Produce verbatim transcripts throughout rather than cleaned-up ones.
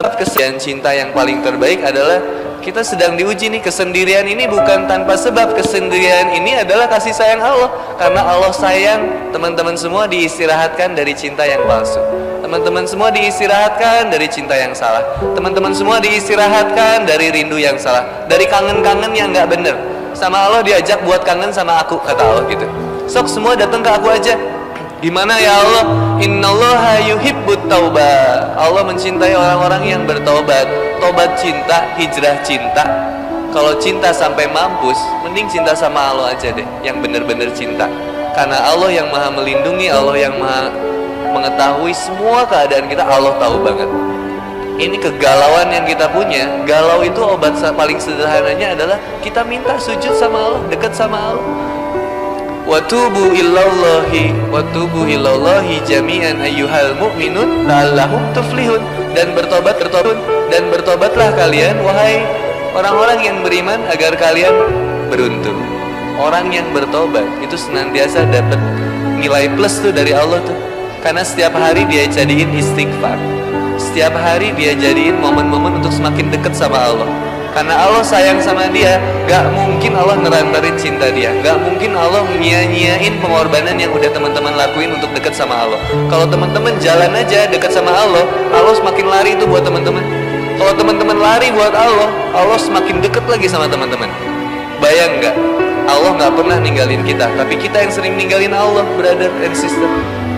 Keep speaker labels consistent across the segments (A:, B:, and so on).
A: Kesendirian cinta yang paling terbaik adalah kita sedang diuji nih. Kesendirian ini bukan tanpa sebab. Kesendirian ini adalah kasih sayang Allah. Karena Allah sayang, teman-teman semua diistirahatkan dari cinta yang palsu. Teman-teman semua diistirahatkan dari cinta yang salah. Teman-teman semua diistirahatkan dari rindu yang salah, dari kangen-kangen yang nggak bener. Sama Allah diajak buat kangen sama aku, kata Allah gitu. Sok semua datang ke aku aja. Gimana ya Allah? Innallaha yuhibbut taubah. Allah mencintai orang-orang yang bertobat. Tobat cinta, hijrah cinta. Kalau cinta sampai mampus, mending cinta sama Allah aja deh, yang bener-bener cinta. Karena Allah yang maha melindungi, Allah yang maha mengetahui semua keadaan kita. Allah tahu banget. Ini kegalauan yang kita punya. Galau itu obat paling sederhananya adalah kita minta sujud sama Allah, dekat sama Allah. Watubu ilallahi watubu ilallahi jami'an ayyuhal mu'minun la'allahum tuflihun. Dan bertobat bertobat dan bertobatlah kalian wahai orang-orang yang beriman agar kalian beruntung. Orang yang bertobat itu senantiasa dapat nilai plus tuh dari Allah tuh. Karena setiap hari dia jadiin istighfar. Setiap hari dia jadiin momen-momen untuk semakin dekat sama Allah. Karena Allah sayang sama dia, gak mungkin Allah ngerantarin cinta dia. Gak mungkin Allah nyia-nyiain pengorbanan yang udah teman-teman lakuin untuk dekat sama Allah. Kalau teman-teman jalan aja dekat sama Allah, Allah semakin lari itu buat teman-teman. Kalau teman-teman lari buat Allah, Allah semakin dekat lagi sama teman-teman. Bayang gak? Allah gak pernah ninggalin kita, tapi kita yang sering ninggalin Allah, brother and sister.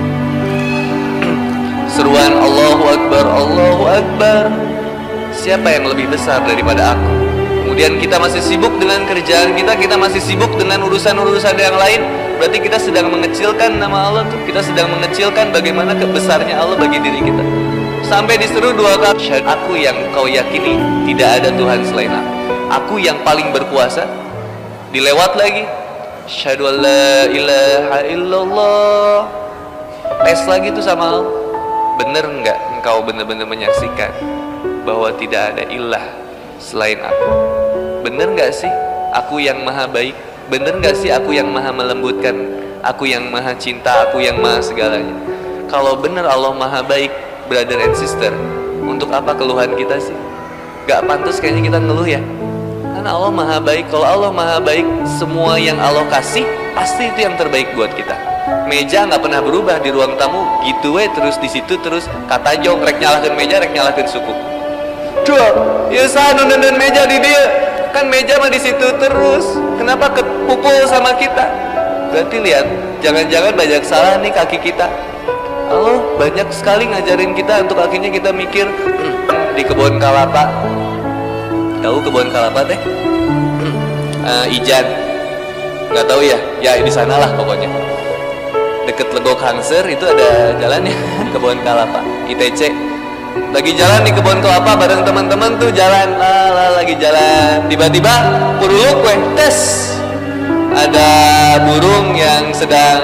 A: Seruan Allahu Akbar, Allahu Akbar. Siapa yang lebih besar daripada aku? Kemudian kita masih sibuk dengan kerjaan kita, kita masih sibuk dengan urusan-urusan yang lain. Berarti kita sedang mengecilkan nama Allah tuh. Kita sedang mengecilkan bagaimana kebesarnya Allah bagi diri kita. Sampai diseru dua kali, aku yang kau yakini tidak ada Tuhan selain aku. Aku yang paling berkuasa. Dilewat lagi, syahadu an la ilaha illallah. Tes lagi tuh sama Allah. Bener nggak engkau benar-benar menyaksikan bahwa tidak ada ilah selain aku? Bener gak sih aku yang maha baik? Bener gak sih aku yang maha melembutkan? Aku yang maha cinta, aku yang maha segalanya? Kalau bener Allah maha baik, brother and sister, untuk apa keluhan kita sih? Gak pantas kayaknya kita ngeluh ya. Karena Allah maha baik. Kalau Allah maha baik, semua yang Allah kasih pasti itu yang terbaik buat kita. Meja nggak pernah berubah di ruang tamu, gitu we terus di situ terus. Kata jong rek nyalakan meja, rek nyalakan suku. Dua, ya sana nonton meja di dia, kan meja mah di situ terus. Kenapa kepukul sama kita? Berarti lihat, jangan-jangan banyak salah nih kaki kita. Allah banyak sekali ngajarin kita untuk akhirnya kita mikir hmm, di kebun kelapa. Tahu kebun kelapa teh? Hmm, uh, Ijan, nggak tahu ya? Ya di sana lah pokoknya. Deket Legok Hangser itu ada jalannya kebun kelapa. I T C. Lagi jalan di kebun kelapa bareng teman-teman tuh jalan, lah lagi jalan, tiba-tiba puruluk weh tes ada burung yang sedang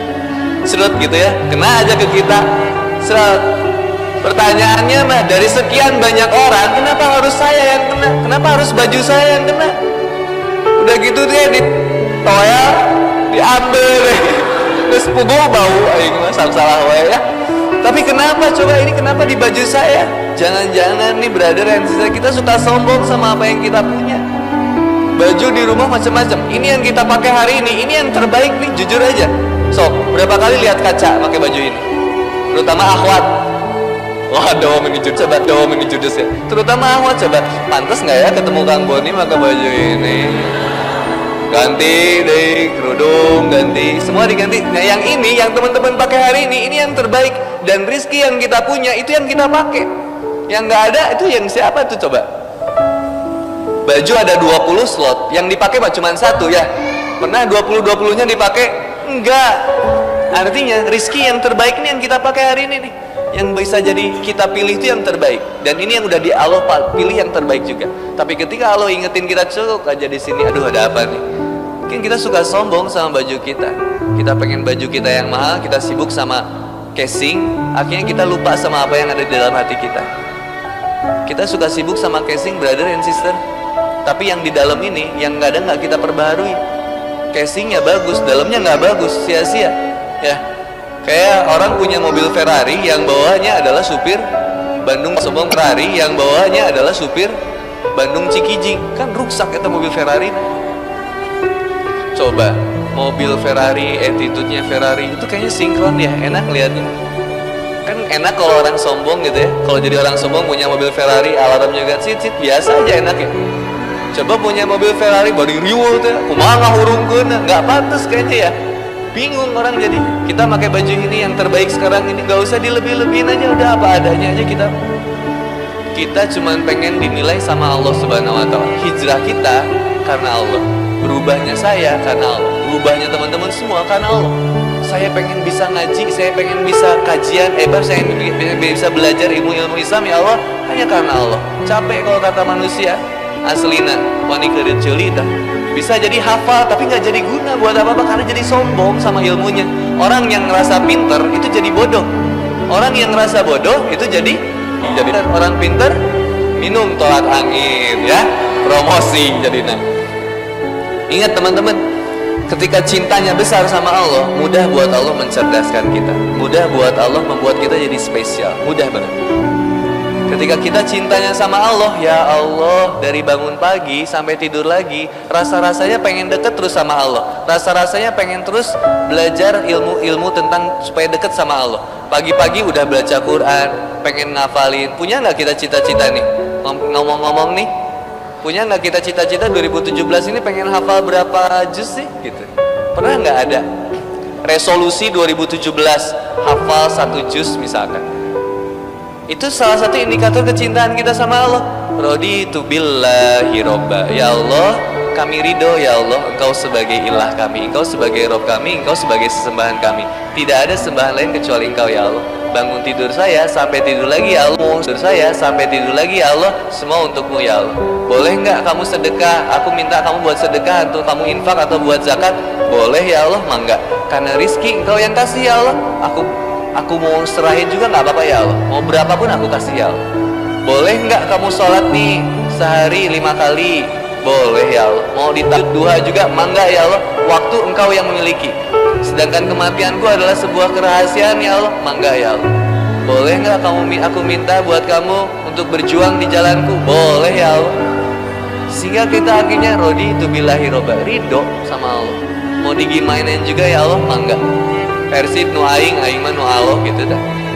A: serut gitu ya, kena aja ke kita serut. Pertanyaannya mah dari sekian banyak orang, kenapa harus saya yang kena? Kenapa harus baju saya yang kena? Udah gitu dia ditoel, diambil terus puguh bau aing mah salah wae ya. Tapi kenapa coba ini kenapa di baju saya? Jangan-jangan nih brother and sister, kita suka sombong sama apa yang kita punya. Baju di rumah macam-macam. Ini yang kita pakai hari ini, ini yang terbaik nih, jujur aja. So, berapa kali lihat kaca pakai baju ini? Terutama akhwat. Wah, doa menuju coba doa menuju ya. Terutama akhwat coba. Pantas nggak ya ketemu Kang Boni pakai baju ini? Ganti deh kerudung, ganti semua diganti. Nah yang ini yang teman-teman pakai hari ini, ini yang terbaik. Dan rizki yang kita punya itu yang kita pakai. Yang nggak ada itu yang siapa tuh coba? Baju ada dua puluh slot, yang dipakai cuma satu ya. Pernah dua puluh dua puluh nya dipakai? Enggak. Artinya rizki yang terbaik ini yang kita pakai hari ini nih. Yang bisa jadi kita pilih itu yang terbaik. Dan ini yang udah di Allah pilih yang terbaik juga. Tapi ketika Allah ingetin kita cukup aja di sini, aduh ada apa nih? Mungkin kita suka sombong sama baju kita. Kita pengen baju kita yang mahal, kita sibuk sama casing, akhirnya kita lupa sama apa yang ada di dalam hati kita. Kita suka sibuk sama casing, brother and sister. Tapi yang di dalam ini, yang kadang nggak kita perbaharui. Casingnya bagus, dalamnya nggak bagus, sia-sia. Ya, kayak orang punya mobil Ferrari yang bawahnya adalah supir Bandung sombong Ferrari, yang bawahnya adalah supir Bandung Cikijing. Kan rusak itu mobil Ferrari. Coba mobil Ferrari, attitude-nya Ferrari itu kayaknya sinkron ya, enak liatnya. Kan enak kalau orang sombong gitu ya. Kalau jadi orang sombong punya mobil Ferrari, alarm juga cicit, biasa aja enak ya. Coba punya mobil Ferrari body riuh tuh, kumaha hurungkeun, nggak pantas kayaknya ya. Bingung orang jadi. Kita pakai baju ini yang terbaik sekarang ini, nggak usah dilebih-lebihin aja, udah apa adanya aja kita. Kita cuman pengen dinilai sama Allah Subhanahu Wa Taala. Hijrah kita karena Allah, berubahnya saya karena Allah, berubahnya teman-teman semua karena Allah. Saya pengen bisa ngaji, saya pengen bisa kajian, eh saya pengen bisa belajar ilmu-ilmu Islam ya Allah, hanya karena Allah. Capek kalau kata manusia. Aslina wani keur ceulita bisa jadi hafal tapi nggak jadi guna buat apa-apa karena jadi sombong sama ilmunya. Orang yang ngerasa pinter itu jadi bodoh, orang yang ngerasa bodoh itu jadi jadi orang pinter minum tolak angin ya, promosi jadinya. Ingat teman-teman, ketika cintanya besar sama Allah, mudah buat Allah mencerdaskan kita, mudah buat Allah membuat kita jadi spesial, mudah banget. Ketika kita cintanya sama Allah, ya Allah, dari bangun pagi sampai tidur lagi, rasa-rasanya pengen deket terus sama Allah, rasa-rasanya pengen terus belajar ilmu-ilmu tentang supaya deket sama Allah. Pagi-pagi udah baca Quran, pengen ngafalin. Punya nggak kita cita-cita nih? Ngomong-ngomong nih, punya nggak kita cita-cita dua ribu tujuh belas ini pengen hafal berapa juz sih? Gitu. Pernah nggak ada? Resolusi dua ribu tujuh belas, hafal satu juz misalkan. Itu salah satu indikator kecintaan kita sama Allah. Raditu billahi robba. Ya Allah, kami ridho ya Allah, Engkau sebagai ilah kami, Engkau sebagai Rob kami, Engkau sebagai sesembahan kami. Tidak ada sembahan lain kecuali Engkau ya Allah. Bangun tidur saya sampai tidur lagi ya Allah, tidur saya sampai tidur lagi ya Allah, semua untukmu ya Allah. Boleh nggak kamu sedekah? Aku minta kamu buat sedekah atau kamu infak atau buat zakat. Boleh ya Allah, mangga. Karena rizki Engkau yang kasih ya Allah. Aku Aku mau serahin juga nggak apa-apa ya Allah. Mau berapapun aku kasih ya Allah. Boleh nggak kamu sholat nih sehari lima kali? Boleh ya Allah. Mau ditahajud duha juga, mangga ya Allah. Waktu Engkau yang memiliki. Sedangkan kematianku adalah sebuah kerahasiaan ya Allah, mangga ya Allah. Boleh nggak kamu aku minta buat kamu untuk berjuang di jalanku? Boleh ya Allah. Sehingga kita akhirnya raditu billahi robba, ridho sama Allah. Mau digimainin juga ya Allah, mangga. Persib nu aing, aing mah nu Allah gitu dah.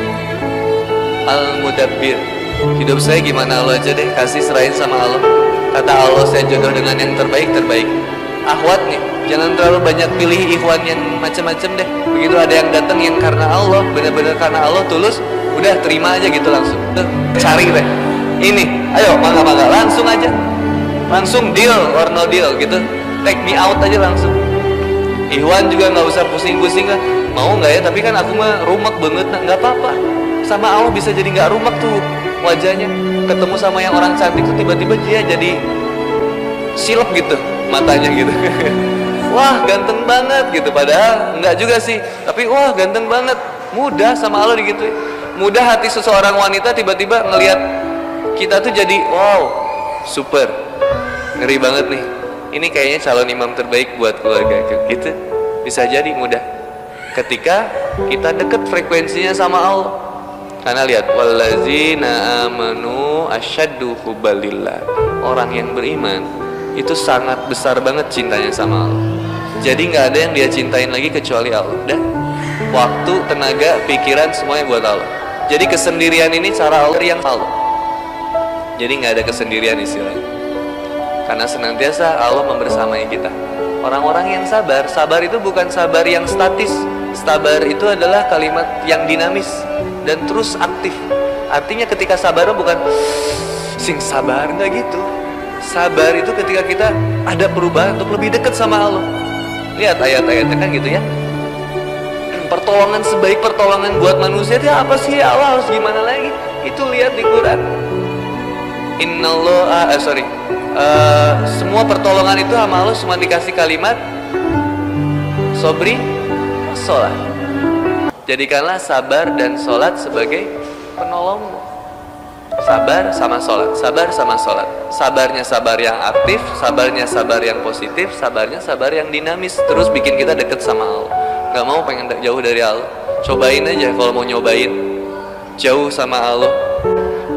A: Al-Mudabbir, hidup saya gimana Allah aja deh, kasih serahin sama Allah. Kata Allah, saya jodoh dengan yang terbaik terbaik. Ahwat nih, jangan terlalu banyak pilih ikhwan yang macam-macam deh. Begitu ada yang datang yang karena Allah, benar-benar karena Allah tulus, udah terima aja gitu langsung. Tuh, cari deh. Ini, ayo mangga mangga langsung aja, langsung deal or no deal gitu. Take me out aja langsung. Ikhwan juga nggak usah pusing-pusing kan. Mau nggak ya? Tapi kan aku mah rumek banget, nah, nggak apa-apa. Sama Allah bisa jadi nggak rumek tuh wajahnya. Ketemu sama yang orang cantik tuh tiba-tiba dia jadi silep gitu matanya gitu. Wah ganteng banget gitu. Padahal nggak juga sih. Tapi wah ganteng banget. Mudah sama Allah digituin. Mudah hati seseorang wanita tiba-tiba ngelihat kita tuh jadi wow super. Ngeri banget nih. Ini kayaknya calon imam terbaik buat keluarga gitu. Bisa jadi mudah ketika kita deket frekuensinya sama Allah. Karena lihat, wallazina amanu asyaddu hubbalillah. Orang yang beriman itu sangat besar banget cintanya sama Allah. Jadi nggak ada yang dia cintain lagi kecuali Allah. Dan waktu, tenaga, pikiran semuanya buat Allah. Jadi kesendirian ini cara Allah yang Allah. Jadi nggak ada kesendirian istilahnya. Karena senantiasa Allah membersamai kita. Orang-orang yang sabar, sabar itu bukan sabar yang statis. Sabar itu adalah kalimat yang dinamis dan terus aktif. Artinya ketika sabar bukan sing sabar, nggak gitu. Sabar itu ketika kita ada perubahan untuk lebih dekat sama Allah. Lihat ayat-ayatnya kan gitu ya. Pertolongan sebaik pertolongan buat manusia itu apa sih ya Allah, harus gimana lagi? Itu lihat di Quran. Innallaha, ah, sorry. Uh, semua pertolongan itu sama Allah cuma dikasih kalimat sobri sholat. Jadikanlah sabar dan sholat sebagai penolongmu. Sabar sama sholat, sabar sama sholat. Sabarnya sabar yang aktif, sabarnya sabar yang positif, sabarnya sabar yang dinamis. Terus bikin kita deket sama Allah. Gak mau pengen jauh dari Allah. Cobain aja kalau mau nyobain jauh sama Allah.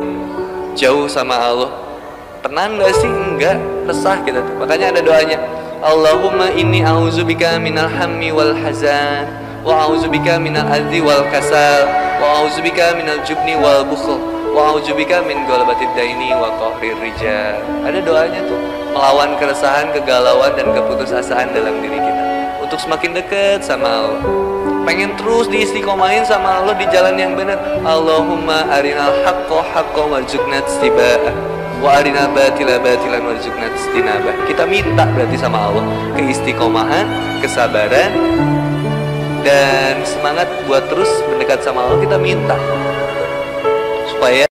A: jauh sama Allah. Tenang gak sih? Enggak, resah kita tuh. Makanya ada doanya, Allahumma inni a'udzubika minal hammi wal hazan, wa a'udzubika minal adzi wal kasal, wa a'udzubika minal jubni wal bukhl, wa a'udzubika min ghalabatid daini wa qahrir rijal. Ada doanya tuh, melawan keresahan, kegalauan dan keputusasaan dalam diri kita untuk semakin dekat sama Allah. Pengen terus diistiqomahin sama Allah di jalan yang benar. Allahumma arinal haqqo haqqo warzuqna ittiba'ah wa arinal batila batilan warzuqna ijtinabah. Kita minta berarti sama Allah keistiqomahan, kesabaran, dan semangat buat terus mendekat sama Allah. Kita minta supaya